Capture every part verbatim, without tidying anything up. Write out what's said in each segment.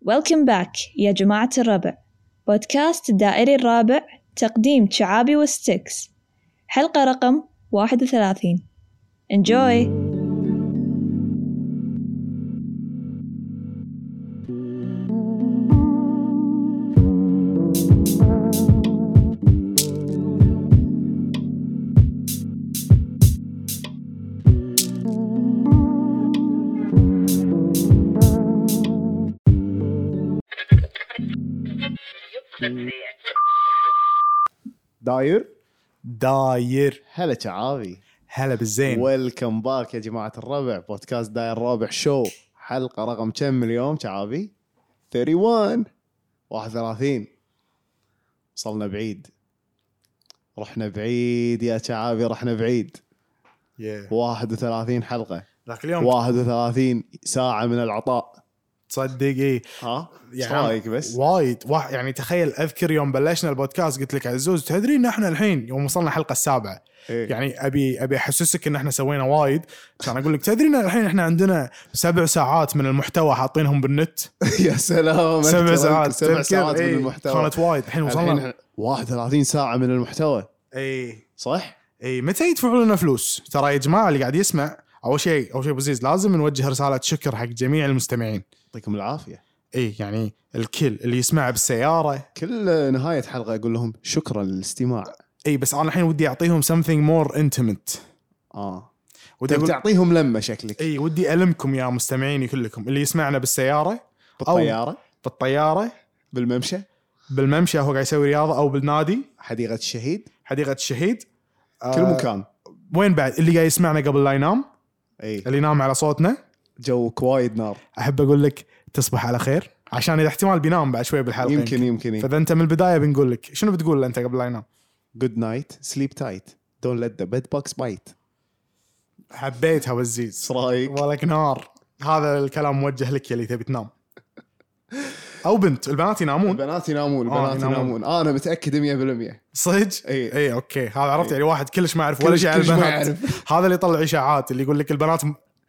Welcome back يا جماعة الربع، بودكاست الدائري الرابع، تقديم شعابي وستيكس، حلقة رقم واحد وثلاثين. Enjoy! داير داير هلا شعابي، هلا بالزين. ويلكم باك يا جماعة الربع، بودكاست داير الرابع شو، حلقة رقم كم اليوم شعابي؟ واحد وثلاثين واحد وثلاثين. وصلنا بعيد، رحنا بعيد يا شعابي، رحنا بعيد. yeah. واحد وثلاثين حلقة، ذاك اليوم واحد وثلاثين ساعة من العطاء. تصدق ايه ها يعني رايك؟ بس وايد واحد يعني تخيل، اذكر يوم بلشنا البودكاست قلت لك عزوز تدري ان احنا الحين يوم وصلنا الحلقه السابعه إيه؟ يعني ابي ابي احسسك ان احنا سوينا وايد عشان اقول لك تدري ان الحين احنا عندنا سبع ساعات من المحتوى حاطينهم بالنت. يا سلام، سبع ساعات سبع ساعات ايه. من المحتوى كانت وايد. الحين وصلنا واحد وثلاثين ساعة من المحتوى. اي صح؟ اي متى يدفعوا لنا فلوس؟ ترى يا جماعه اللي قاعد يسمع، اول شيء اول شيء بوزيز لازم نوجه رساله شكر حق جميع المستمعين. يعطيكم العافية. ايه يعني الكل اللي يسمع بالسياره، كل نهاية حلقة اقول لهم شكرا للاستماع. اي بس انا الحين ودي اعطيهم something more intimate. اه ودي أقول... تعطيهم لمة شكلك. اي ودي ألمكم يا مستمعيني كلكم اللي يسمعنا بالسياره، بالطيارة، بالطياره، بالممشى، بالممشى هو قاعد يسوي رياضه، او بالنادي، حديقة الشهيد، حديقه الشهيد، كل آه مكان. وين بعد اللي قاعد يسمعنا قبل لا ينام، اي اللي ينام على صوتنا، جوك وايد نار. احب اقول لك تصبح على خير، عشان اذا احتمال بينام بعد شوي بالحلقه يمكن يمكن فاذا انت من البدايه بنقول لك شنو بتقول انت قبل لا ينام؟ good night, sleep tight, don't let the bed bugs bite. حبيتها وزيز، ايش رايك؟ والك نار. هذا الكلام موجه لك يا اللي تبي تنام او بنت. البنات ينامون، البنات ينامون، البنات آه ينامون. ينامون. انا متاكد مية بالمية. صدق؟ اي اي اوكي، هذا عرفت. أي. يعني واحد كلش ما يعرف ولا شيء عن البنات، هذا اللي يطلع اشاعات اللي يقول لك البنات م...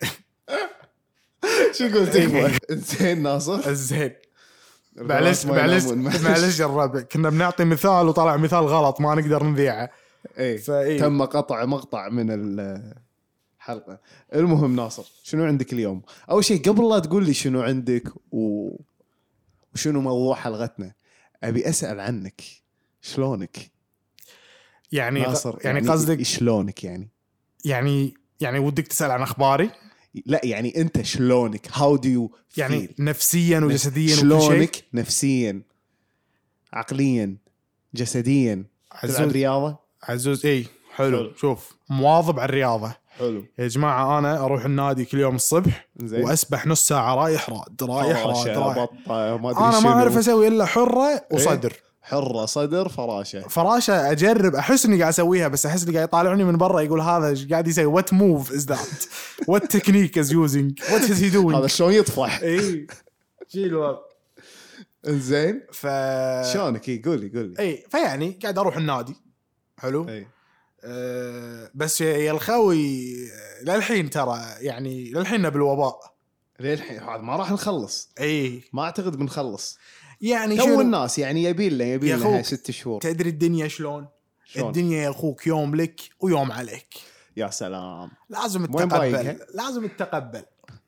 شو قلت؟ زين ناصر، الزين. معلش معلش معلش يا الربع، كنا بنعطي مثال وطلع مثال غلط ما نقدر نذيعه. اي فإيه. تم قطع مقطع من الحلقة. المهم ناصر، شنو عندك اليوم؟ اول شيء قبل لا تقول لي شنو عندك و... وشنو موضوع حلقتنا، ابي اسال عنك. شلونك يعني ناصر؟ يعني, يعني قصدك شلونك؟ يعني يعني يعني ودك تسال عن اخباري؟ لا يعني انت شلونك؟ how do you feel؟ يعني نفسيا وجسديا وكل شيء. شلونك نفسيا، عقليا، جسديا؟ تلعب رياضة عزوز؟ اي حلو. حلو. شوف، مواظب على الرياضة. حلو يا جماعة، أنا أروح النادي كل يوم الصبح زي. وأسبح نص ساعة رايح راد رايح راد رايح. ما أنا ما أعرف أسوي إلا حرة وصدر. إيه؟ حرة، صدر، فراشة. فراشة أجرب، أحس إني قاعد أسويها، بس أحس إني قاعد يطالعني من برا يقول هذا قاعد يسوي what move is that what technique is using what is he doing. هذا شلون يطفح. إيه جيل إنزين. ف شلونك؟ إيه قولي قولي. إيه فيعني قاعد أروح النادي. حلو. إيه. أه بس يا الخوي للحين ترى يعني للحين بالوباء. للحين هذا ما راح نخلص. ايه ما اعتقد بنخلص يعني. تو الناس يعني يبين له يبين له ست شهور. تدري الدنيا شلون؟ شلون الدنيا يا اخوك؟ يوم لك ويوم عليك. يا سلام، لازم تتقبل، لازم تتقبل.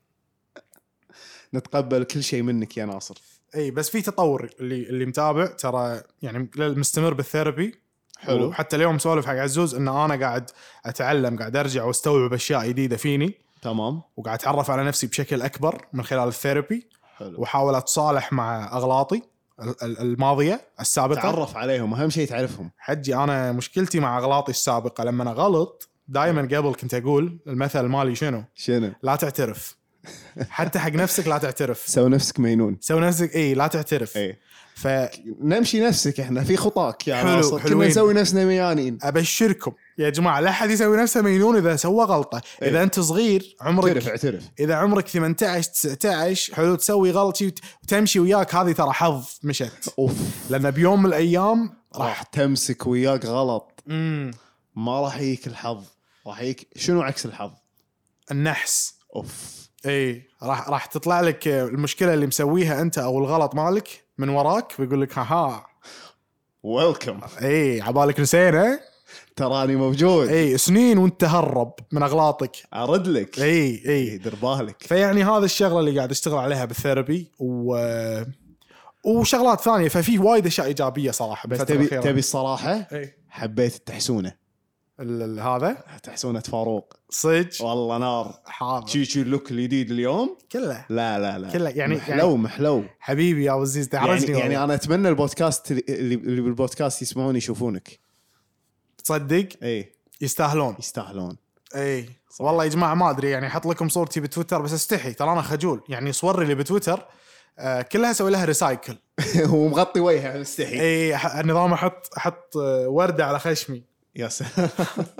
نتقبل كل شيء منك يا ناصر. اي بس في تطور. اللي اللي متابع ترى يعني مستمر بالثيرابي. حلو. حتى اليوم سولف حق عزوز ان انا قاعد اتعلم، قاعد ارجع واستوعب اشياء جديده فيني. تمام. وقاعد اتعرف على نفسي بشكل اكبر من خلال الثيرابي. حلو. وحاول اتصالح مع اغلاطي الماضيه السابقه. تعرف عليهم، اهم شيء تعرفهم. حجي انا مشكلتي مع اغلاطي السابقه لما انا غلط دائما قبل كنت اقول المثل مالي شنو شنو لا تعترف. حتى حق نفسك لا تعترف. سو نفسك مينون. سو نفسك اي لا تعترف. اي فنمشي نفسك احنا في خطاك يا ناصر. كنا نسوي نفسنا ميانين. ابشركم يا جماعه لا احد يسوي نفسه مينون اذا سوى غلطه. إيه؟ اذا انت صغير عمرك اعترف اعترف. اذا عمرك ثمانية عشر تسعة عشر حلو تسوي غلطه وتمشي وياك، هذه ترى حظ مشت. اوف. لان بيوم من الايام راح تمسك وياك غلط. مم. ما راح يجيك الحظ، راح يجيك شنو عكس الحظ؟ النحس. اوف. اي راح راح تطلع لك المشكله اللي مسويها انت او الغلط مالك من وراك، بيقول لك ها ها ويلكم. اي عبالك نسينا تراني موجود. اي سنين وانت هرب من اغلاطك، ارد لك. اي اي دير بالك. فيعني هذا الشغله اللي قاعد اشتغل عليها بالثيرابي و وشغلات ثانيه، ففي وايد اشياء ايجابيه صراحه. بس تبي تبي الصراحه اي. حبيت التحسونه ال... هذا تحسونه فاروق صدق والله نار. حاضر شي شي اللوك الجديد اليوم كله لا لا لا كله يعني محلو يعني محلو حبيبي يا عزيز تعرفني يعني, يعني انا اتمنى البودكاست اللي اللي بالبودكاست يسمعون يشوفونك. تصدق اي يستاهلون يستاهلون. اي والله يا جماعه ما ادري يعني احط لكم صورتي بتويتر بس استحي ترى انا خجول يعني صوري اللي بتويتر آه كلها اسوي لها ريسايكل ومغطي وجهها مستحي. اي النظام احط احط ورده على خشمي يا سلام.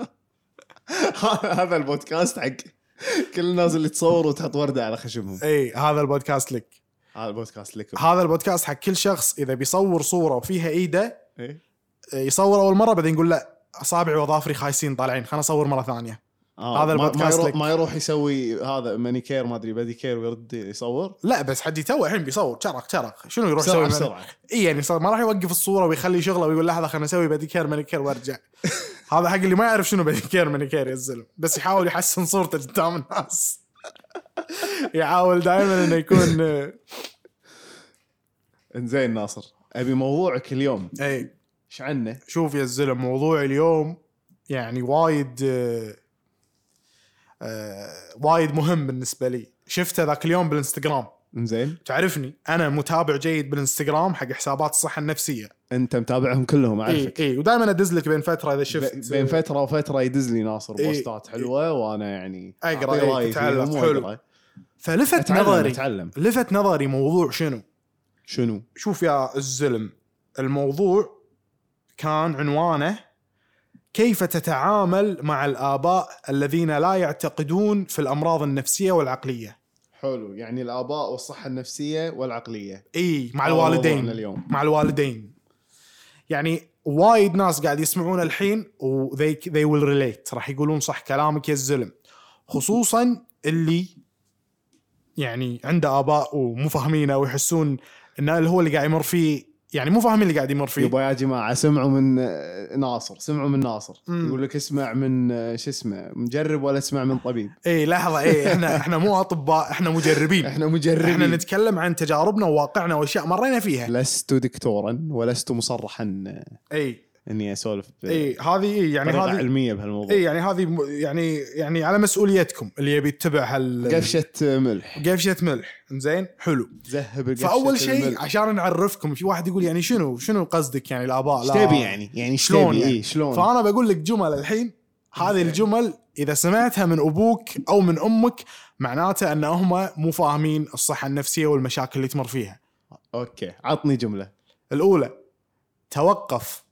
هذا البودكاست حق كل الناس اللي تصور وتحط ورده على خشمهم. اي هذا البودكاست لك. هذا البودكاست لك. هذا البودكاست حق كل شخص اذا بيصور صوره وفيها ايده إيه؟ يصور اول مره بعدين يقول لا اصابعي واظافري خايسين طالعين خلنا اصور مره ثانيه. آه هذا البودكاست ما يروح, ما يروح يسوي هذا مانيكير ما ادري بديكير ويرد يصور. لا بس حد يتوه الحين بيصور شرق شرق شنو يروح يسوي بسرعه. اي يعني ما راح يوقف الصوره ويخلي شغله ويقول لحظه خلنا نسوي بديكير مانيكير وارجع. هذا حق اللي ما يعرف شنو بديكير مانيكير يا الزلم، بس يحاول يحسن صورته قدام الناس. يحاول دائما انه يكون انزين. ناصر ابي موضوعك اليوم. اي ايش عنه؟ شوف يا الزلم موضوع اليوم يعني وايد آه آه وايد مهم بالنسبه لي. شفته ذاك اليوم بالانستغرام. انزين تعرفني انا متابع جيد بالانستغرام حق حسابات الصحه النفسيه. انت متابعهم كلهم اعرفك. اي اي ودائما ادز لك بين فتره اذا شفت بين فتره وفتره يدز لي ناصر بوستات إيه حلوه إيه وانا يعني اقرا اي اتعلم حلو. فلفت أتعلم نظري أتعلم. لفت نظري موضوع شنو شنو شوف يا الزلم الموضوع كان عنوانه كيف تتعامل مع الآباء الذين لا يعتقدون في الأمراض النفسية والعقلية. حلو يعني الآباء والصحة النفسية والعقلية. إيه مع الوالدين اليوم. مع الوالدين يعني وايد ناس قاعد يسمعون الحين و they, they will relate راح يقولون صح كلامك يا الزلم، خصوصا اللي يعني عنده آباء ومو فاهمينه ويحسون إنه اللي هو اللي قاعد يمر فيه يعني مو فاهمين اللي قاعد يمر فيه. يبا يا جماعة سمعوا من ناصر سمعوا من ناصر مم. يقول لك اسمع من شو اسمه مجرب ولا اسمع من طبيب. ايه لحظة ايه احنا احنا مو أطباء احنا مجربين. احنا مجربين احنا نتكلم عن تجاربنا وواقعنا واشياء مرينا فيها. لست دكتورا ولست مصرحا ايه اني اسولف ايه هذه ايه يعني هذه علميه بهالموضوع. ايه يعني هذه يعني يعني على مسؤوليتكم اللي يبي يتبع هال قفشه ملح قفشه ملح. زين حلو ذهب القفشه. فاول شيء عشان نعرفكم في واحد يقول يعني شنو شنو قصدك يعني الاباء لا تبي يعني يعني شلون يعني إيه شلون. فانا بقول لك جمل الحين هذه الجمل اذا سمعتها من ابوك او من امك معناته ان هم مو فاهمين الصحه النفسيه والمشاكل اللي تمر فيها. اوكي عطني جمله. الاولى توقف.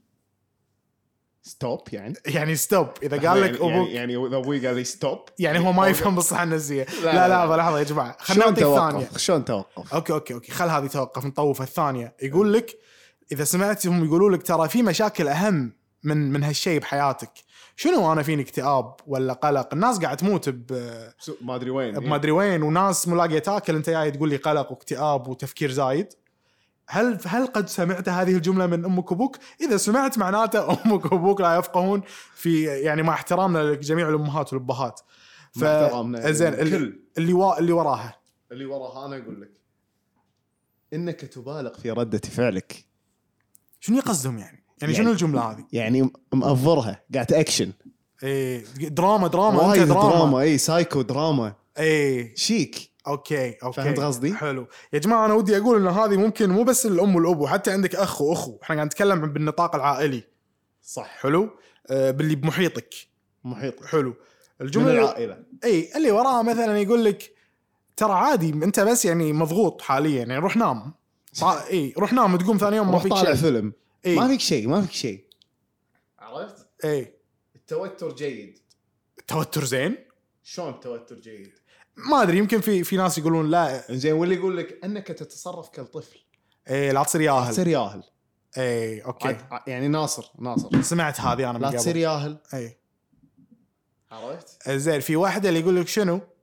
ستوب يعني يعني ستوب اذا قال لك يعني ابوك يعني اذا ابوي قال لي ستوب يعني هو ما يفهم بالصحه النفسيه. لا لا لا لحظه يا جماعه خلينا نعطيك الثانيه. شلون توقف؟ اوكي اوكي اوكي خل هذه توقف نطوف الثانيه. يقول لك اذا سمعتهم يقولوا لك ترى في مشاكل اهم من من هالشيء بحياتك. شنو انا فيني اكتئاب ولا قلق؟ الناس قاعد تموت ب ما ادري وين ما ادري وين وناس ملاقيه تاكل انت جاي تقول لي قلق واكتئاب وتفكير زايد. هل هل قد سمعت هذه الجملة من أمك وأبوك؟ إذا سمعت معناته أمك وأبوك لا يفقهون في يعني مع احترامنا لجميع الأمهات والأبهات. فزين اللي اللي, و... اللي وراها اللي وراها أنا أقول لك إنك تبالغ في ردة فعلك. شنو يقصدهم يعني؟ يعني شنو الجملة هذه؟ يعني مأفرها قاعد أكشن. إيه دراما دراما أنت دراما. دراما إيه سايكو دراما. إيه شيك. اوكي اوكي فهمت قصدي؟ حلو يا جماعه انا ودي اقول ان هذه ممكن مو بس الام والابو حتى عندك اخ واخو. احنا قاعد نتكلم بالنطاق العائلي صح. حلو آه باللي بمحيطك محيط حلو الجمله من العائله. اي اللي وراها مثلا يقول لك ترى عادي انت بس يعني مضغوط حاليا يعني روح نام. اي روح نام تقوم ثاني يوم ما فيك شيء. طالع فيلم إيه؟ ما فيك شيء ما فيك شيء عرفت. اي التوتر جيد. التوتر زين. شلون التوتر جيد؟ ما ادري يمكن في في ناس يقولون لا زين واللي يقول لك انك تتصرف كالطفل. ايه لا تصير ياهل. لا تصير ياهل. ايه اوكي يعني ناصر ناصر سمعت هذه انا من لا تصير ياهل. ايه عرفت. زين في واحده اللي يقول لك شنو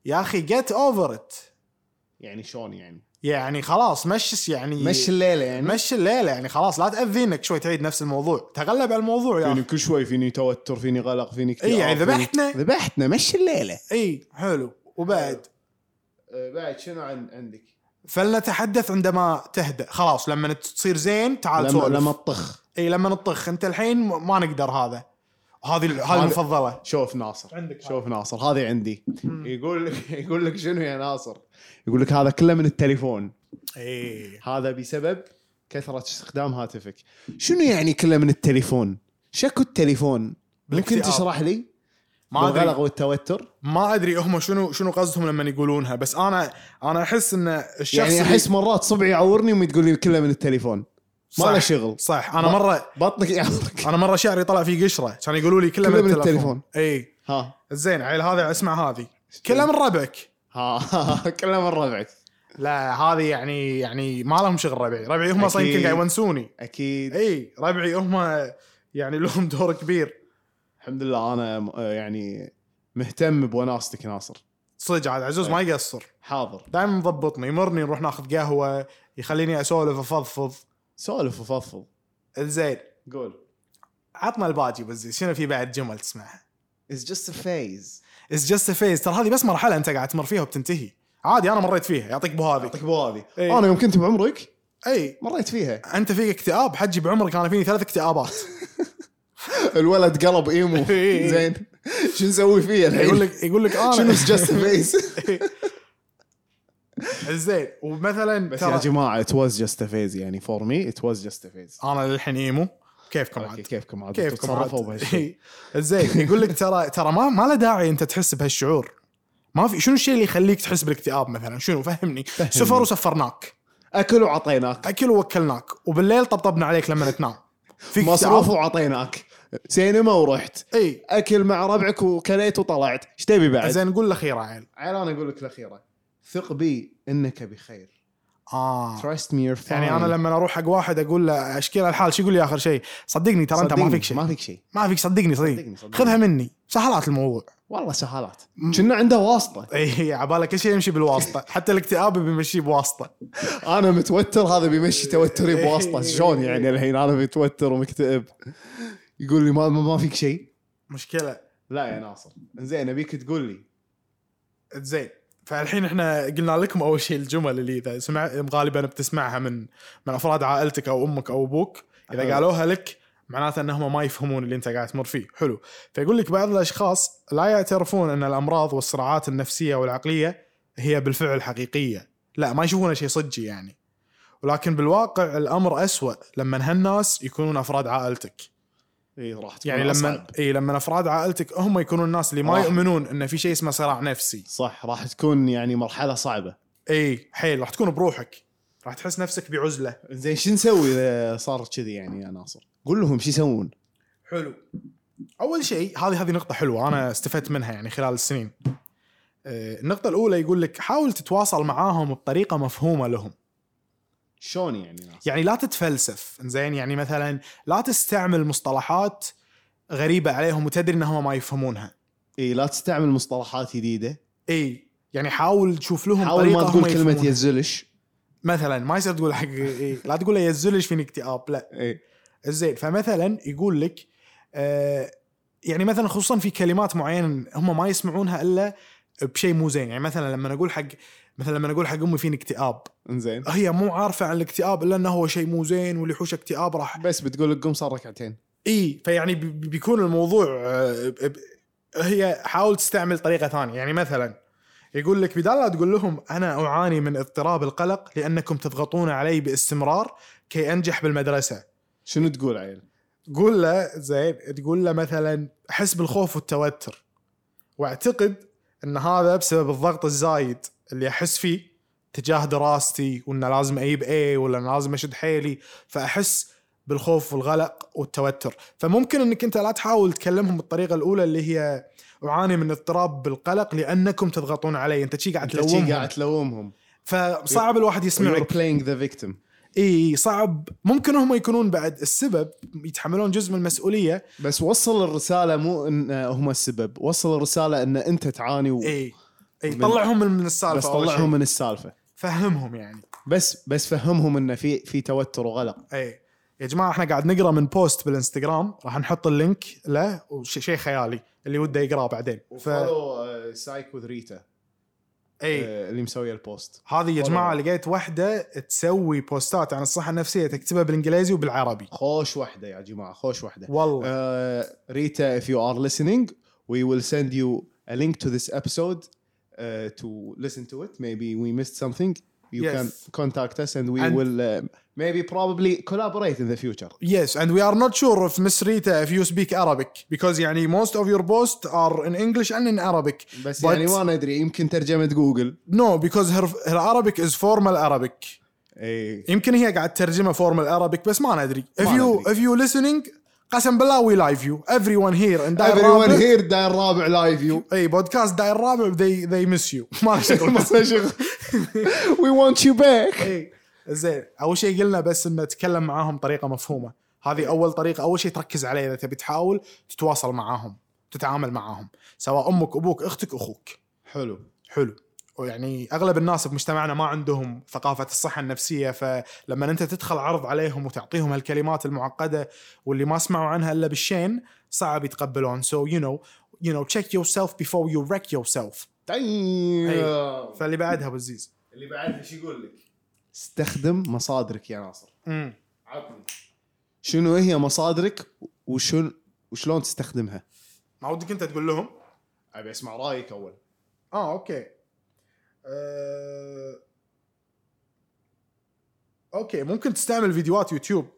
يا اخي get over it. يعني شلون يعني يعني خلاص مش يعني مش الليله يعني مش الليله يعني خلاص لا تاذينك شوي تعيد نفس الموضوع. تغلب على الموضوع يا فيني اخي. كل شوي فيني توتر فيني قلق فيني اكتئاب. اي يعني ذبحتنا ذبحتنا مش الليله. اي حلو. وبعد أه بعد شنو عن عندك؟ فلنتحدث عندما تهدأ خلاص. لما تصير زين تعال لما سولف. لما تطخ. اي لما نطخ. انت الحين ما نقدر. هذا هذه هذه المفضله. شوف ناصر عندك شوف هذا. ناصر هذه عندي. يقول لك يقول لك شنو يا ناصر؟ يقول لك هذا كله من التليفون. اي هذا بسبب كثرة استخدام هاتفك. شنو يعني كله من التليفون؟ شكو التليفون؟ ممكن تشرح لي؟ ما القلق ادري والتوتر. ما ادري هم شنو شنو قصدهم لما يقولونها. بس انا انا احس ان الشخص يعني احس مرات صبعي يعورني وما تقول لي كله من التليفون. ما له شغل. صح. انا مره بطنك يعورك. انا مره شعري طلع فيه قشره كان يقولوا لي كله من, من التليفون. اي ها زين عيل هذا اسمع هذه كلها من ربعك. ها كلها من ربعك. لا هذه يعني يعني ما لهم شغل. ربعي ربعي هم اصلا يمكن قاعد يونسوني. اكيد. اي ربعي هم يعني لهم دور كبير. الحمد لله انا يعني مهتم بوناستك ناصر. صدق عاد عزوز ما يقصر. حاضر. دائما مضبطني يمرني نروح ناخذ قهوه يخليني اسولف افضفض. سولف وفضفض. زين قول. عطنا الباجي بس شنو في بعد جمل تسمعها؟ It's just a phase. It's just a phase. ترى هذه بس مرحله انت قاعد تمر فيها وبتنتهي عادي. انا مريت فيها. يعطيك بو هذه. يعطيك بو هذه. ايه. انا يوم كنت بعمرك اي مريت فيها. انت فيك اكتئاب حجي بعمرك. انا فيني ثلاث اكتئابات. الولد قلب ايمو. زين شو نسوي فيه الحين؟ يقول لك يقول لك انا شنو just a phase. زين ومثلا بس يا جماعه it was just a phase يعني for me it was just a phase. انا للحين ايمو. كيفكم عاد؟ كيفكم عاد؟ كيفكم تصرفوا بهالشيء. زين يقول لك ترى ترى ما ما له داعي انت تحس بهالشعور. ما في. شنو الشيء اللي يخليك تحس بالاكتئاب مثلا؟ شنو فهمني, فهمني. سفر وسفرناك. اكل وعطيناك. اكل ووكلناك. وبالليل طبطبنا عليك لما تنام. مصروف وعطيناك. سينما ورحت. اي اكل مع ربعك وكليت وطلعت. ايش تبي بعد؟ زين نقول الاخيره عيل. عيل انا اقول لك الاخيره. ثق بي انك بخير. اه trust me you're fine. يعني انا لما اروح حق واحد اقول له اشكي له الحال شو يقول لي اخر شيء؟ صدقني ترى انت ما فيك شيء. ما فيك شيء. ما فيك. صدقني صدقني خذها مني. سهلات الموضوع والله سهلات. كنا عنده واسطه. اي عبالك كل شيء يمشي بالواسطه. حتى الاكتئاب بيمشي بواسطه. انا متوتر هذا بيمشي توتري بواسطه. شلون يعني الحين انا متوتر ومكتئب يقول لي ما ما فيك شيء؟ مشكله. لا يا ناصر زين ابيك تقول لي. زين فالحين احنا قلنا لكم اول شيء الجمل اللي اذا سمع غالبا بتسمعها من من افراد عائلتك او امك او ابوك. اذا أه. قالوها لك معناته انهم ما يفهمون اللي انت قاعد تمر فيه. حلو. فيقول لك بعض الاشخاص لا يعترفون ان الامراض والصراعات النفسيه والعقليه هي بالفعل حقيقيه. لا ما يشوفونها شيء صجي يعني. ولكن بالواقع الامر أسوأ لما هالناس يكونون افراد عائلتك. اي راح تكون يعني لما اي لما افراد عائلتك هم يكونون الناس اللي ما يؤمنون ان في شيء اسمه صراع نفسي. صح راح تكون يعني مرحله صعبه. اي حيل راح تكون بروحك. راح تحس نفسك بعزله. زين شو نسوي اذا صار كذي يعني يا ناصر؟ قول لهم شو يسوون. حلو. اول شيء هذه هذه نقطه حلوه انا استفدت منها يعني خلال السنين. النقطه الاولى يقول لك حاول تتواصل معاهم بطريقه مفهومه لهم. شلون يعني ناصر؟ يعني لا تتفلسف. زين يعني مثلا لا تستعمل مصطلحات غريبه عليهم وتدري انهم ما يفهمونها. اي لا تستعمل مصطلحات جديده. اي يعني حاول تشوف لهم حاول طريقه ما تقول كلمه يزلش مثلا. ما يصير تقول حق إيه؟ لا تقول له يزلش فيني اكتئاب. لا اي زين. فمثلا يقول لك آه يعني مثلا خصوصا في كلمات معينه هم ما يسمعونها الا بشيء مو زين. يعني مثلا لما نقول حق مثلا لما نقول حق امي فيني اكتئاب. انزين هي مو عارفه عن الاكتئاب الا انه هو شيء مو زين واللي يحوش اكتئاب راح بس بتقول لك قم صار ركعتين. اي فيعني بيكون الموضوع آه هي حاول تستعمل طريقه ثانيه. يعني مثلا يقول لك بدال لا تقول لهم أنا أعاني من اضطراب القلق لأنكم تضغطون علي باستمرار كي أنجح بالمدرسة. شنو تقول عيل؟ قول له زين تقول له مثلا أحس بالخوف والتوتر وأعتقد أن هذا بسبب الضغط الزايد اللي أحس فيه تجاه دراستي وأن لازم أجيب A ولا لازم أشد حيلي فأحس بالخوف والقلق والتوتر. فممكن أنك أنت لا تحاول تكلمهم بالطريقة الأولى اللي هي أعاني من اضطراب بالقلق لأنكم تضغطون علي. أنت شي قاعد تلومهم. أنت قاعد تلومهم. فصعب الواحد يسمعك. You're playing the victim. إيه صعب. ممكن هم يكونون بعد السبب يتحملون جزء من المسؤولية. بس وصل الرسالة مو إن هم السبب. وصل الرسالة إن أنت تعاني و... إيه اي طلعهم من السالفه بس طلعهم من السالفه فهمهم يعني بس بس فهمهم انه في في توتر وغلق. اي يا جماعه احنا قاعد نقرا من بوست بالانستغرام راح نحط اللينك له وشيء خيالي اللي وده يقراه بعدين. ف فولو سايك وذ ريتا اي آه اللي مسويه البوست هذه يا جماعه. لقيت واحده تسوي بوستات عن الصحه النفسيه تكتبها بالانجليزي وبالعربي. خوش واحده يا جماعه خوش واحده والله. uh, ريتا if you are listening we will send you a link to this episode uh, to listen to it. Maybe we missed something. You yes. can contact us and we and will uh, maybe probably collaborate in the future. Yes, and we are not sure if Miss Rita if you speak Arabic because يعني most of your posts are in English and in Arabic. بس يعني ما ندري يمكن ترجمة جوجل. No, because her her Arabic is formal Arabic. إيه. يمكن هي قاعد ترجمة formal Arabic بس ما ندري. If ما you ندري. if you listening قسم بالله we live you. Everyone here and داير everyone رابع. here داير رابع live you. أي بودكاست داير رابع they they miss you. ما شغل ما شغل. We want you back. أي زين. أول شيء قلنا بس إن نتكلم معاهم طريقة مفهومة. هذه أول طريقة أول شيء تركز عليه إذا تبي تحاول تتواصل معاهم تتعامل معاهم سواء أمك أبوك أختك أخوك. حلو حلو. ويعني أغلب الناس بمجتمعنا ما عندهم ثقافة الصحة النفسية فلما أنت تدخل عرض عليهم وتعطيهم هالكلمات المعقدة واللي ما سمعوا عنها إلا بالشين صعب يتقبلون. So you know you know check yourself before you wreck yourself. أيه. فاللي بعدها بزيز اللي بعدها شو يقول لك؟ استخدم مصادرك يا ناصر. امم عطني شنو هي مصادرك وشون وشلون تستخدمها؟ ما ودك أنت تقول لهم؟ أبي أسمع رأيك أول. آه أوكي. أه... أوكي ممكن تستعمل فيديوهات يوتيوب.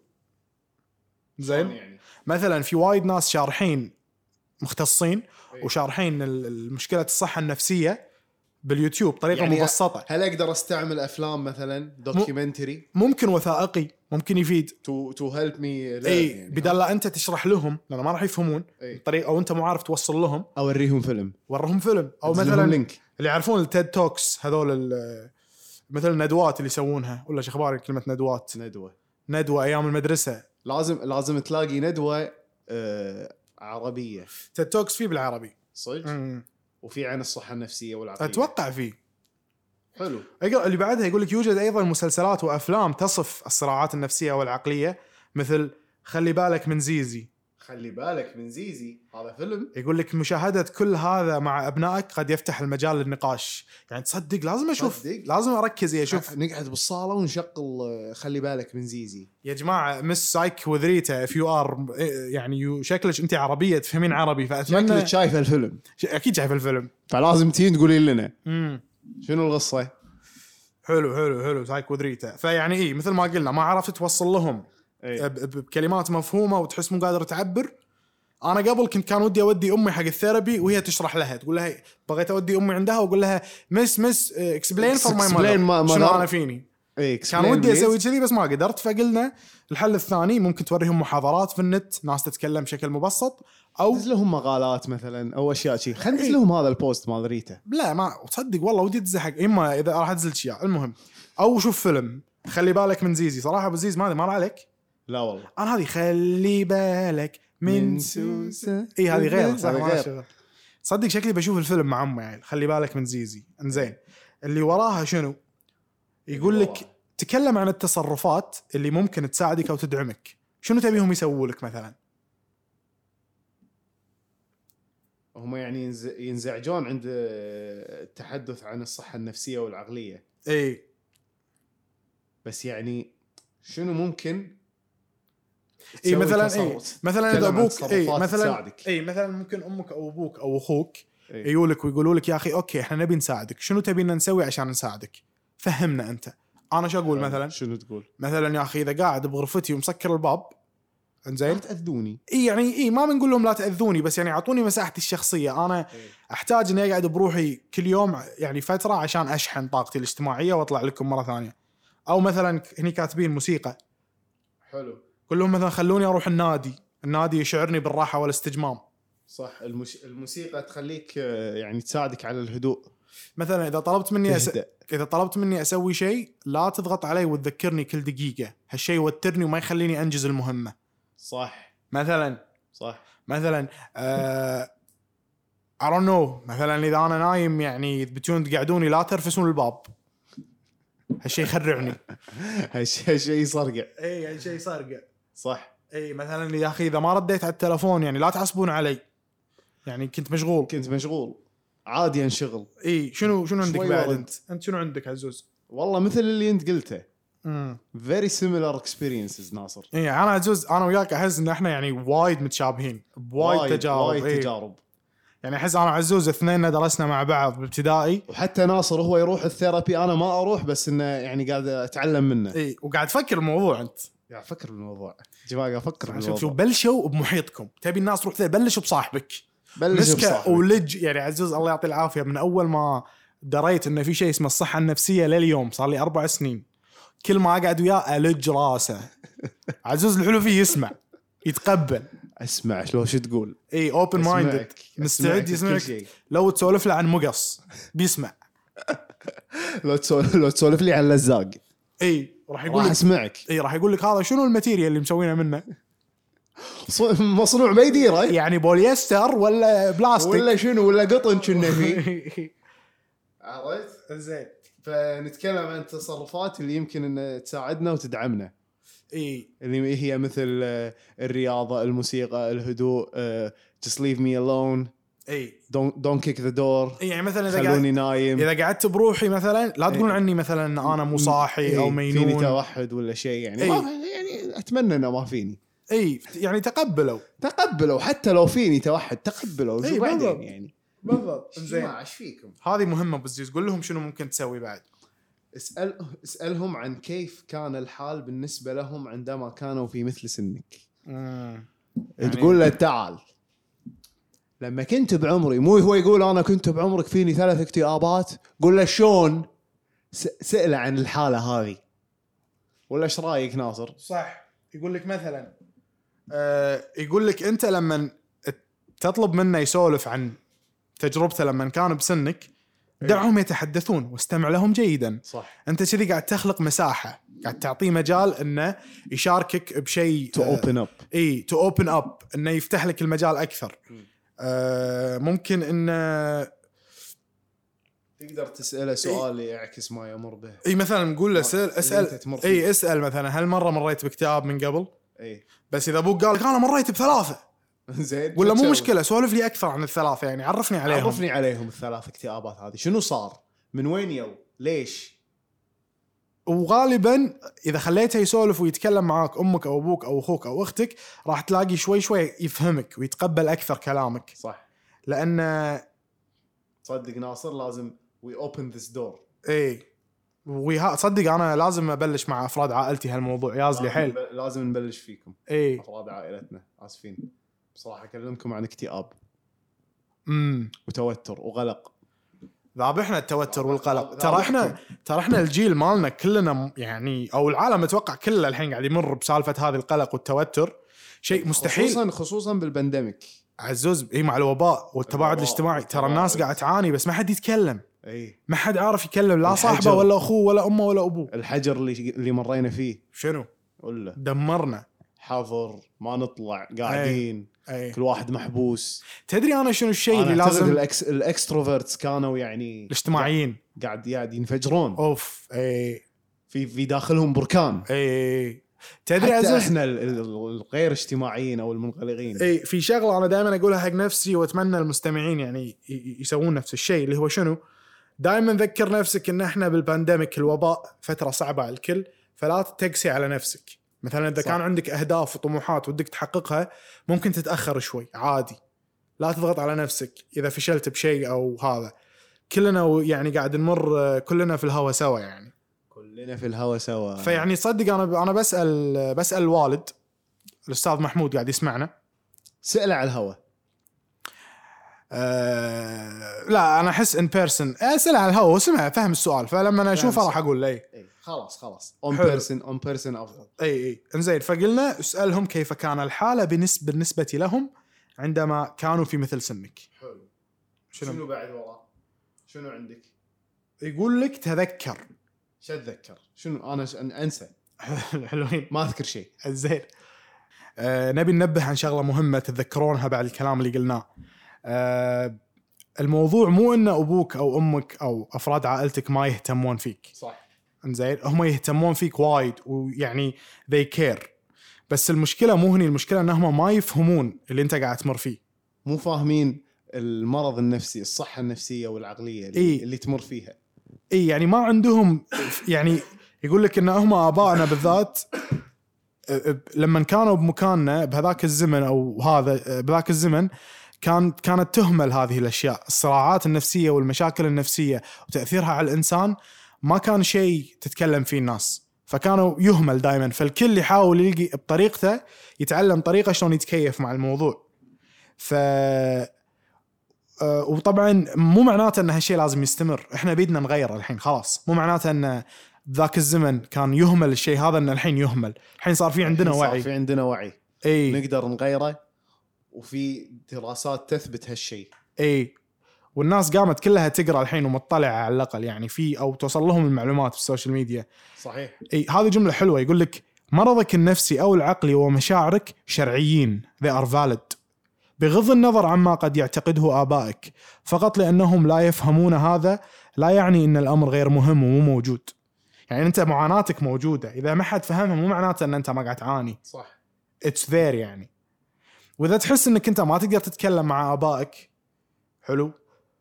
زين يعني؟ مثلا في وايد ناس شارحين مختصين أيه. وشارحين المشكلة الصحة النفسية باليوتيوب طريقة يعني مبسطة. هل أقدر أستعمل أفلام مثلا دوكيومنتري؟ ممكن وثائقي ممكن يفيد to to help me. اي يعني بدل لا انت تشرح لهم لأنه ما راح يفهمون الطريقة او انت مو عارف توصل لهم. اوريهم فيلم ورهم فيلم او مثلا لينك. اللي يعرفون التيد توكس هذول مثل الندوات اللي يسوونها ولا شو اخبارك كلمة ندوات؟ ندوة ندوة ايام المدرسة. لازم لازم تلاقي ندوة آه عربية. تيد توكس فيه بالعربي صدق. وفي عن الصحة النفسية والعقلية اتوقع فيه. حلو. اللي بعدها يقول لك يوجد أيضا مسلسلات وأفلام تصف الصراعات النفسية والعقلية مثل خلي بالك من زيزي. خلي بالك من زيزي هذا فيلم. يقول لك مشاهدة كل هذا مع أبنائك قد يفتح المجال للنقاش. يعني تصدق لازم أشوف صدق. لازم أركز يا شوف نقعد بالصالة ونشغل خلي بالك من زيزي. يا جماعة مس سايك وذريتا if you are يعني شكلك أنت عربية تفهمين عربي فأتمنى شكلك شايف الفيلم. أكيد شايف الفيلم فلازم تين تقولي لنا مم. شنو القصة. حلو حلو حلو سايك وذريتا. فيعني إيه مثل ما قلنا ما عرفت توصل لهم أيه. بكلمات مفهومة وتحس مو قادر تعبر. أنا قبل كنت كان ودي أودي أمي حق الثيرابي وهي تشرح لها تقول لها بغيت أودي أمي عندها وأقول لها مس مس explain for my mother شنو أنا فيني. إيه كان ودي أسوي كذي بس ما قدرت. فقلنا الحل الثاني ممكن توريهم محاضرات في النت ناس تتكلم بشكل مبسط أو دز لهم مقالات مثلا أو أشياء شيء. خلنا ندز لهم هذا البوست مال ريتا. لا ما تصدق والله ودي تزحق إما إذا راح أنزل شيء. المهم أو شوف فيلم خلي بالك من زيزي. صراحة أبو زيز ما مر عليك. لا والله أنا هذه خلي بالك من سوسة إيه هذه غير صح غير. صدق شكلي بشوف الفيلم مع أمي يعني خلي بالك من زيزي. إنزين اللي وراها شنو يقول لك تكلم عن التصرفات اللي ممكن تساعدك أو تدعمك. شنو تبيهم يسووا لك مثلا؟ هم يعني ينزعجون عند التحدث عن الصحة النفسية والعقلية. إيه بس يعني شنو ممكن إيه مثلا إيه مثلا إذا أبوك إيه مثلا إيه مثلا ممكن أمك أو أبوك أو أخوك إيه يقولك ويقولوا لك يا أخي أوكي إحنا نبي نساعدك شنو تبينا نسوي عشان نساعدك فهمنا أنت. أنا شو أقول مثلا شنو تقول مثلا يا أخي إذا قاعد بغرفتي ومسكر الباب إنزين لا تأذوني. إيه يعني إيه ما بنقول لهم لا تأذوني بس يعني أعطوني مساحتي الشخصية. أنا إيه. أحتاج إني أقعد بروحي كل يوم يعني فترة عشان أشحن طاقتي الاجتماعية وأطلع لكم مرة ثانية. أو مثلا هني كاتبين موسيقى حلو كلهم مثلا خلوني أروح النادي. النادي يشعرني بالراحة والاستجمام. صح. المش... الموسيقى تخليك يعني تساعدك على الهدوء. مثلا إذا طلبت مني أس... إذا طلبت مني أسوي شيء لا تضغط علي وتذكرني كل دقيقة. هالشيء يوترني وما يخليني أنجز المهمة. صح مثلا صح. مثلا آه I don't know مثلا إذا أنا نايم يعني بتون تقعدوني لا ترفسون الباب، هالشيء يخرعني. هالشيء هالشيء يصرقع. إيه هالشيء يصرقع صح. إيه مثلا يا أخي إذا ما رديت على التلفون يعني لا تحسبون علي، يعني كنت مشغول كنت مشغول عادي انشغل. إيه شنو شنو عندك شوي بعد ورد. أنت أنت شنو عندك عزوز؟ والله مثل اللي انت قلته امم very similar experiences ناصر. إيه أنا عزوز أنا وياك أحس إن إحنا يعني وايد متشابهين بوايد تجارب. وايد إيه. تجارب. يعني أحس أنا وعزوز اثنين درسنا مع بعض بابتدائي، وحتى ناصر هو يروح الثيرابي انا ما اروح، بس انه يعني قاعد اتعلم منه. إيه وقاعد تفكر الموضوع أنت. قاعد افكر بالموضوع جماعه، افكر شوف بالموضوع. شوف بلشوا بمحيطكم، تبي الناس تروح بلشوا بصاحبك بلش مسكه بصاحبك. ولج. يعني عزوز الله يعطيه العافيه من اول ما دريت انه في شيء اسمه الصحه النفسيه لليوم صار لي اربع سنين كل ما اقعد وياه الج راسه. عزوز الحلو فيه يسمع يتقبل. اسمع شلون شو تقول. اي اوبن مايندد أسمعك. مستعد أسمعك بكل يسمعك. شيء. لو تسولف له عن مقص بيسمع. لو تسولف لو تسولف لي عن لزاق اي راح يقول راح لك اسمعك. اي راح يقول لك هذا شنو الماتيريال اللي مسوينه منه، ص- مصنوع ما يديره يعني بوليستر ولا بلاستيك ولا شنو ولا قطن كنا فيه. عرفت زين. فنتكلم عن التصرفات اللي يمكن ان تساعدنا وتدعمنا، اي اللي هي مثل آه، الرياضه، الموسيقى، الهدوء، آه، just leave me alone, اي don't don't kick the door, يعني مثلا اذا خلوني قاعد نايم. اذا قعدت بروحي مثلا لا تقولون عني مثلا ان انا مو صاحي او إيه، فيني مينون. توحد ولا شيء يعني. إيه. ما يعني اتمنى انه ما فيني. اي يعني تقبلوا. تقبلوا حتى لو فيني توحد، تقبلوا. إيه، شو بعدين بالضبط. يعني. بالضبط زين ايش فيكم؟ هذه مهمه بزيز، قول لهم شنو ممكن تسوي بعد. اسال اسالهم عن كيف كان الحال بالنسبه لهم عندما كانوا في مثل سنك. يعني تقول له تعال لما كنت بعمري، مو هو يقول انا كنت بعمرك فيني ثلاث اكتئابات، قول له شلون، سأله عن الحاله هذه. ولا ايش رايك ناصر؟ صح. يقول لك مثلا آه يقول لك انت لما تطلب منه يسولف عن تجربته لما كان بسنك دعهم يتحدثون واستمع لهم جيدا. صح. انت كذي قاعد تخلق مساحه، قاعد تعطيه مجال انه يشاركك بشيء to open up. اي تو اوبن اب، انه يفتح لك المجال اكثر. آه ممكن انه تقدر تساله سؤال يعكس ما يمر به. اي مثلا نقول له اسال اسال اي اي اسال مثلا هل مره مريت باكتئاب من قبل؟ اي بس اذا ابوك قال لك انا مريت بثلاثه زين ولا مو مشكله، سولف لي اكثر عن الثلاثه، يعني عرفني عليهم. عرفني عليهم الثلاث اكتئابات هذه، شنو صار، من وين يو، ليش. وغالبا اذا خليته يسولف ويتكلم معاك امك او ابوك او اخوك او اختك راح تلاقي شوي شوي يفهمك ويتقبل اكثر كلامك. صح. لان تصدق ناصر لازم we open this door. اي ويها صدق انا لازم ابلش مع افراد عائلتي هالموضوع يازلي حيل. لازم نبلش فيكم اي افراد عائلتنا. اسفين بصراحه اكلمكم عن اكتئاب امم وتوتر وقلق. ذابحنا التوتر والقلق. ذابحكم. ترى احنا ترى احنا الجيل مالنا كلنا يعني او العالم اتوقع كله الحين قاعد يمر بسالفه هذه القلق والتوتر، شيء مستحيل. خصوصا خصوصا بالبندميك عزوز اي مع الوباء والتباعد الاجتماعي. ترى الناس قاعده تعاني بس ما حد يتكلم. اي ما حد عارف يكلم لا الحجر. صاحبه ولا اخوه ولا امه ولا ابوه. الحجر اللي اللي مرينا فيه شنو ولا دمرنا. حظر، ما نطلع، قاعدين أي. كل واحد محبوس. تدري انا شنو الشيء اللي أنا أعتقد لازم الأكس... الاكستروفرتس كانوا يعني الاجتماعيين قاعد قاعد ينفجرون. اوف اي في في داخلهم بركان. اي تدري حتى عزيز احنا ال- ال- الغير اجتماعيين او المنغلقين. اي في شغله انا دائما اقولها حق نفسي واتمنى المستمعين يعني ي- يسوون نفس الشيء، اللي هو شنو، دائما ذكر نفسك ان احنا بالبانديميك الوباء فتره صعبه على الكل، فلا تقسي على نفسك. مثلا اذا صح. كان عندك اهداف وطموحات ودك تحققها ممكن تتاخر شوي عادي، لا تضغط على نفسك اذا فشلت بشيء او هذا. كلنا يعني قاعد نمر كلنا في الهوا سوا يعني. كلنا في الهوا سوا. فيعني صدق انا انا بسال بسال الوالد الاستاذ محمود قاعد يسمعنا، سأله على الهوا. أه لا انا احس ان بيرسون اسال على الهوا وسمع فهم السؤال، فلما انا اشوفه راح اقول له اي خلاص خلاص اون حلو. بيرسون اون بيرسون افضل. اي اي انزين. فقلنا اسالهم كيف كان الحاله بالنسبه بالنسبه لهم عندما كانوا في مثل سنك. حلو. شنو, شنو بعد وراه؟ شنو عندك؟ يقول لك تذكر. شو اتذكر؟ شنو انا ش... انسى. حلوين ما اذكر شيء. زين. آه نبي ننبه عن شغله مهمه تتذكرونها بعد الكلام اللي قلناه. آه الموضوع مو ان ابوك او امك او افراد عائلتك ما يهتمون فيك، صح. انزين هم يهتمون فيك وايد ويعني they care، بس المشكله مو هني، المشكله انهم ما يفهمون اللي انت قاعد تمر فيه، مو فاهمين المرض النفسي، الصحه النفسيه والعقليه اللي, إيه؟ اللي تمر فيها. اي يعني ما عندهم يعني يقول لك ان هم ابائنا بالذات لما كانوا بمكاننا بهذاك الزمن او هذا بهذاك الزمن كان كانت تهمل هذه الاشياء، الصراعات النفسيه والمشاكل النفسيه وتاثيرها على الانسان ما كان شيء تتكلم فيه الناس، فكانوا يهمل دائما، فالكل يحاول يلقي بطريقته يتعلم طريقه شلون يتكيف مع الموضوع. ف وطبعا مو معناته ان هالشيء لازم يستمر، احنا بيدنا نغير الحين خلاص، مو معناته ان ذاك الزمن كان يهمل الشيء هذا ان الحين يهمل، الحين صار في عندنا صار وعي، في عندنا وعي اي نقدر نغيره، وفي دراسات تثبت هالشيء. اي والناس قامت كلها تقرا الحين ومطلعه على الاقل يعني في او توصل لهم المعلومات في السوشيال ميديا. صحيح. اي هذه جمله حلوه، يقول لك مرضك النفسي او العقلي ومشاعرك شرعيين they are valid بغض النظر عما قد يعتقده آبائك، فقط لأنهم لا يفهمون هذا لا يعني أن الأمر غير مهم ومو موجود. يعني أنت معاناتك موجودة، إذا ما حد فهمها مو معناته أن أنت ما قاعد تعاني. صح. It's there يعني. وإذا تحس أنك أنت ما تقدر تتكلم مع آبائك، حلو،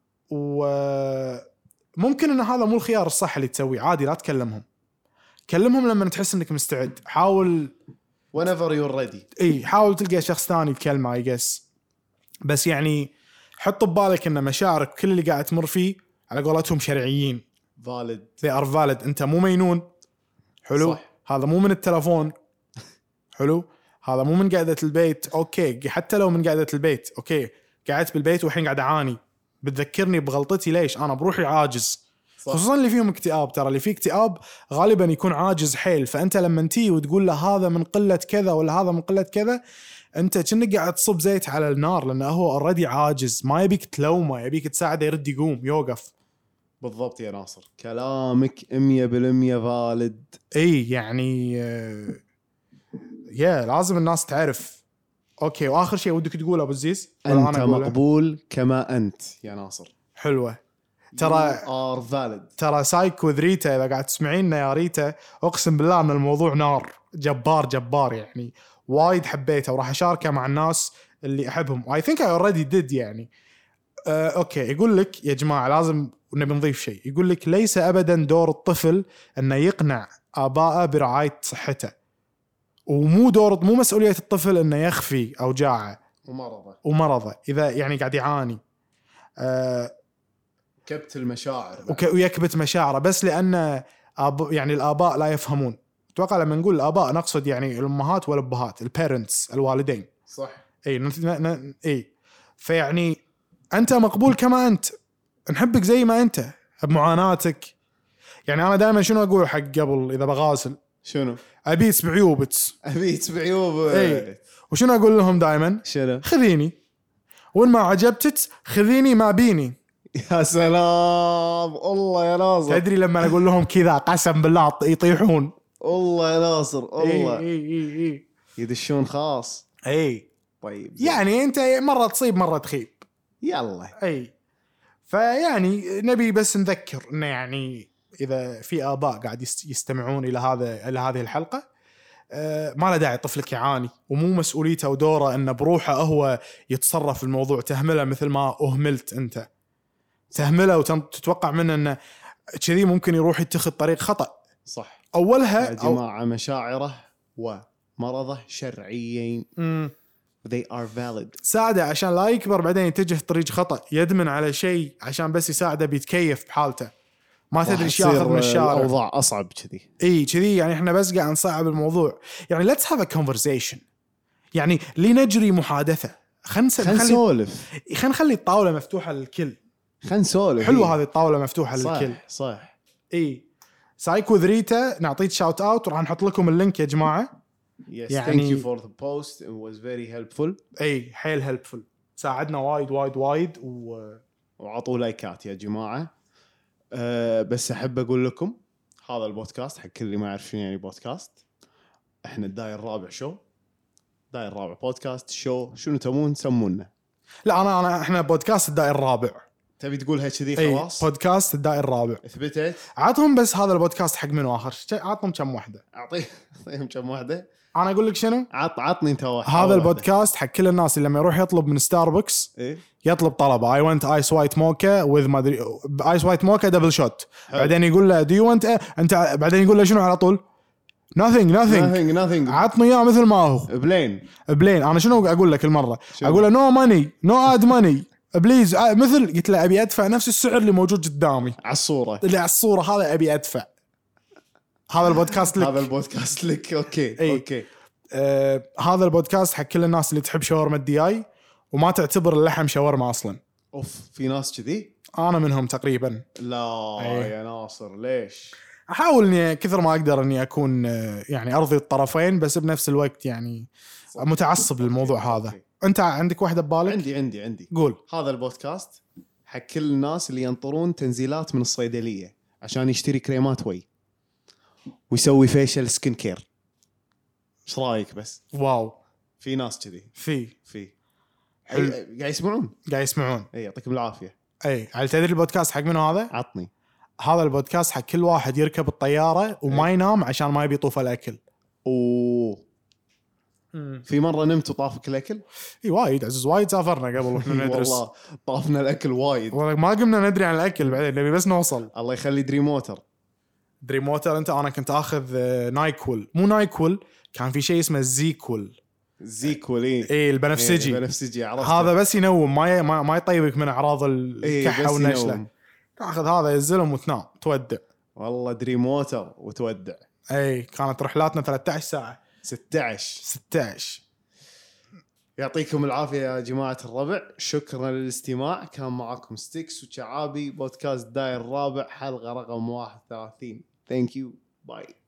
وممكن أن هذا مو الخيار الصح اللي تسويه، عادي لا تكلمهم، كلمهم لما تحس أنك مستعد، حاول whenever you're ready. إيه حاول تلقى شخص ثاني تكلمه I guess. بس يعني حط ببالك ان مشاعرك كل اللي قاعد تمر فيه على قولتهم شرعيين valid they are valid، انت مو مينون، حلو صح. هذا مو من التلفون، حلو، هذا مو من قاعدة البيت، اوكي حتى لو من قاعدة البيت، اوكي قاعدت بالبيت والحين قاعد اعاني، بتذكرني بغلطتي، ليش انا بروحي عاجز صح. خصوصا اللي فيهم اكتئاب، ترى اللي فيه اكتئاب غالبا يكون عاجز حيل، فانت لما تيجي وتقول له هذا من قلة كذا ولا هذا من قلة كذا، انت كأنك قاعد تصب زيت على النار، لانه هو اوريدي عاجز، ما يبيك تلومه، يبيك تساعده يرد يقوم يوقف. بالضبط يا ناصر، كلامك مية بالمية فالد. اي يعني يا لازم الناس تعرف. اوكي واخر شيء ودك تقوله ابو الزيز؟ انت أنا مقبول كما انت يا ناصر. حلوه ترى ار فالid. ترى سايكو ريتا اذا قاعد تسمعيننا يا ريتا، اقسم بالله ان الموضوع نار، جبار جبار يعني، وايد حبيته وراح اشاركه مع الناس اللي احبهم. I think I already did يعني. أه اوكي يقول لك يا جماعه لازم نبي نضيف شيء، يقول لك ليس ابدا دور الطفل انه يقنع ابائه برعايه صحته، ومو دور مو مسؤوليه الطفل انه يخفي اوجاعه ومرضه ومرضه اذا يعني قاعد يعاني، أه كبت المشاعر وك... ويكبت مشاعره، بس لان أب... يعني الاباء لا يفهمون. اتوقع لما نقول الاباء نقصد يعني الامهات والابهات، البيرنتس، الوالدين. صح. اي ن... ن... اي فيعني انت مقبول كما انت، نحبك زي ما انت بمعاناتك. يعني انا دائما شنو اقول حق قبل اذا بغاسل؟ شنو؟ ابيت بعيوبت ابيت بعيوبت. اي وشنو اقول لهم دائما؟ شنو؟ خذيني، وان ما عجبتك خذيني ما بيني. يا سلام الله يا ناصر. تدري لما اقول لهم كذا قسم بالله يطيحون. الله يا ناصر الله. اي اي اي يدشون خاص. اي طيب يعني انت مره تصيب مره تخيب. يلا. اي فيعني نبي بس نذكر انه يعني اذا في اباء قاعد يستمعون الى هذا الى هذه الحلقه، أه ما له داعي طفلك يعاني، ومو مسؤوليته ودوره انه بروحه هو يتصرف في الموضوع، تهمله مثل ما اهملت انت، تهمله وتتوقع منه انه كذي ممكن يروح يتخذ طريق خطأ. صح. اولها يا جماعه أو... مشاعره ومرضه شرعيين. امم they are valid. ساعده عشان لا يكبر بعدين يتجه طريق خطأ، يدمن على شيء عشان بس يساعده بيتكيف بحالته، ما تدري ايش ياخذ من الشارع. الاوضاع اصعب كذي. اي كذي يعني احنا بس قاعد نصعب الموضوع. يعني let's have a conversation، يعني لنجري محادثه، خلينا نسولف، خلينا نخلي الطاوله مفتوحه للكل، خلينا نسولف. حلوه هذه الطاوله مفتوحه صح للكل. صح. اي سايكو ذريتا نعطيك شاوت اوت، وراح نحط لكم اللينك يا جماعه. Yes, يعني thank you for the post, it was very helpful. اي حيل helpful، ساعدنا وايد وايد وايد و... وعطوا لايكات يا جماعه. أه بس احب اقول لكم هذا البودكاست حق كل اللي ما يعرفون يعني بودكاست، احنا الداير الرابع شو، داير الرابع بودكاست شو، شنو تبون تسمونا؟ لا انا انا احنا بودكاست الداير الرابع. تبي تقولها كذي اي خلاص؟ بودكاست الدائري الرابع. اثبتت. عطهم بس هذا البودكاست حق منو اخر شيء، عطهم كم واحده. اعطيه اعطيهم كم واحده. انا اقول لك شنو، عط عطني انت واحد. هذا البودكاست حق كل الناس اللي لما يروح يطلب من ستاربكس إيه؟ يطلب طلبه اي ونت ايس وايت موكا وذ ما ادري ايس وايت موكا دبل شوت، بعدين يقول له دو يو ونت انت، بعدين يقول له شنو على طول nothing nothing nothing nothing عطني اياه مثل ما هو بلين بلين. انا شنو اقول لك المره، شنو؟ اقول له نو ماني نو اد ماني بليز، مثل قلت له ابي ادفع نفس السعر اللي موجود قدامي على الصوره اللي على الصوره، هذا ابي ادفع. هذا البودكاست لك. هذا البودكاست لك. اوكي أي. اوكي. آه هذا البودكاست حق كل الناس اللي تحب شاورما الدي اي وما تعتبر اللحم شاورما اصلا. اوف في ناس كذي. انا منهم تقريبا. لا أي. يا ناصر ليش؟ احاول اني كثر ما اقدر اني اكون آه، يعني ارضي الطرفين، بس بنفس الوقت يعني متعصب للموضوع هذا. أوكي. انت عندك واحده ببالك؟ عندي عندي عندي قول. هذا البودكاست حق كل الناس اللي ينطرون تنزيلات من الصيدليه عشان يشتري كريمات وي ويسوي فيشل سكين كير. ايش رايك؟ بس واو في ناس كذي. في في حلو. أي- قاعد يسمعون. قاعد يسمعون. اي يعطيكم العافيه. اي على تدري البودكاست حق منو هذا؟ عطني. هذا البودكاست حق كل واحد يركب الطياره وما ينام عشان ما يبي يطوف الاكل. اوه في مره نمت وطافك الاكل. اي وايد عزيز، وايد سافرنا قبل احنا ندرس. والله طافنا الاكل وايد. والله ما قمنا ندري عن الاكل، بعدين نبي بس نوصل. الله يخلي دريم ووتر. دريم ووتر انت، انا كنت اخذ آه، نايكول، مو نايكول، كان في شيء اسمه زيكول. زيكولي. اي البنفسجي. إيه البنفسجي عرفت. هذا بس ينوم، ما ي- ما, ما يطيبك من اعراض الكحه بس والنشله. ينوم. تاخذ هذا يزلم وتنام تودع. والله دريم ووتر وتودع. اي كانت رحلاتنا ثلاثة عشر ساعه. ستة عشر. ستة عشر. يعطيكم العافية يا جماعة الربع، شكرا للاستماع. كان معاكم ستيكس وشعابي، بودكاست داير الرابع، حلقة رقم واحد وثلاثين. Thank you. Bye.